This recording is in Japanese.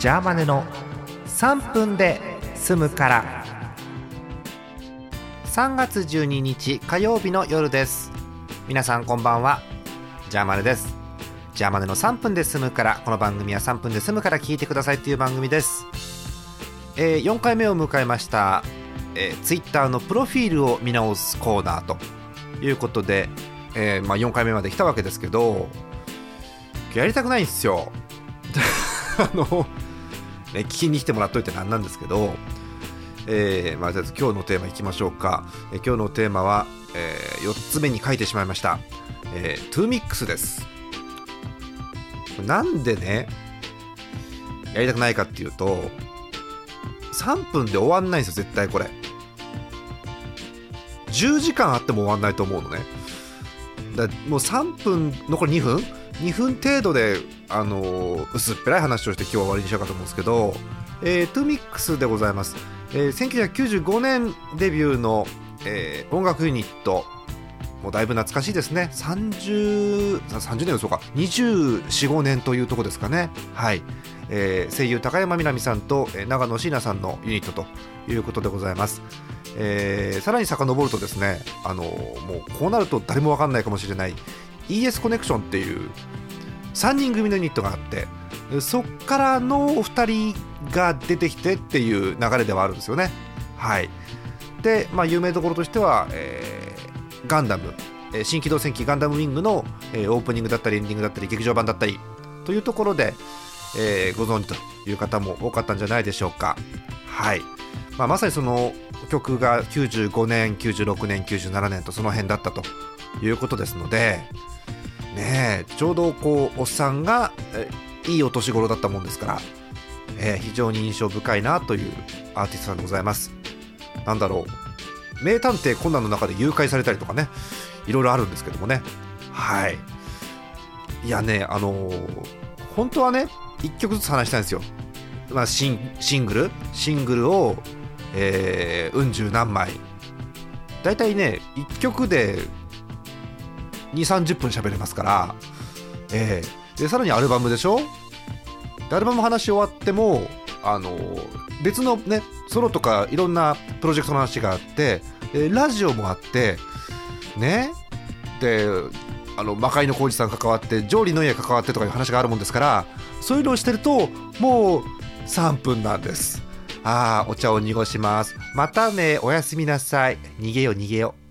ジャーマネの3分で済むから。3月12日火曜日の夜です。皆さんこんばんは、ジャーマネです。ジャーマネの3分で済むから。この番組は3分で済むから聞いてくださいという番組です。4回目を迎えました、ツイッターのプロフィールを見直すコーナーということで、4回目まで来たわけですけど、やりたくないんですよ聞きに来てもらっといてなんなんですけど、とりあえず今日のテーマいきましょうか。今日のテーマは、4つ目に書いてしまいました、トゥーミックスです。なんでねやりたくないかっていうと、3分で終わんないんですよ絶対。これ10時間あっても終わんないと思うのね。だもう3分残り2分程度で薄っぺらい話をして今日は終わりにしようかと思うんですけど、トゥーミックスでございます。1995年デビューの、音楽ユニット、もうだいぶ懐かしいですね。30年そうか、24、5年というところですかね。はい、声優高山みなみさんと長野椎名さんのユニットということでございます。さらに遡るとですね、もうこうなると誰も分かんないかもしれない ES コネクションっていう3人組のユニットがあって、そっからのお二人が出てきてっていう流れではあるんですよね。はい。で、有名どころとしては、ガンダム、新機動戦記ガンダムウィングの、オープニングだったりエンディングだったり劇場版だったりというところで、ご存知という方も多かったんじゃないでしょうか。はい。まさにその曲が95年、96年、97年とその辺だったということですので、ちょうどこうおっさんがいいお年頃だったもんですから、非常に印象深いなというアーティストさんでございます。なんだろう、名探偵コナンの中で誘拐されたりとかね、いろいろあるんですけどもね。はい。いやね、本当はね1曲ずつ話したいんですよ。シングルを、うん十何枚、だいたいね1曲で2,30 分喋れますから、でさらにアルバムでしょ。でアルバム話終わっても別のねソロとかいろんなプロジェクトの話があって、ラジオもあってね、で魔界の浩二さん関わってジョーリーの家関わってとかいう話があるもんですから、そういうのをしてるともう3分なんです。お茶を濁します。またね、おやすみなさい。逃げよ。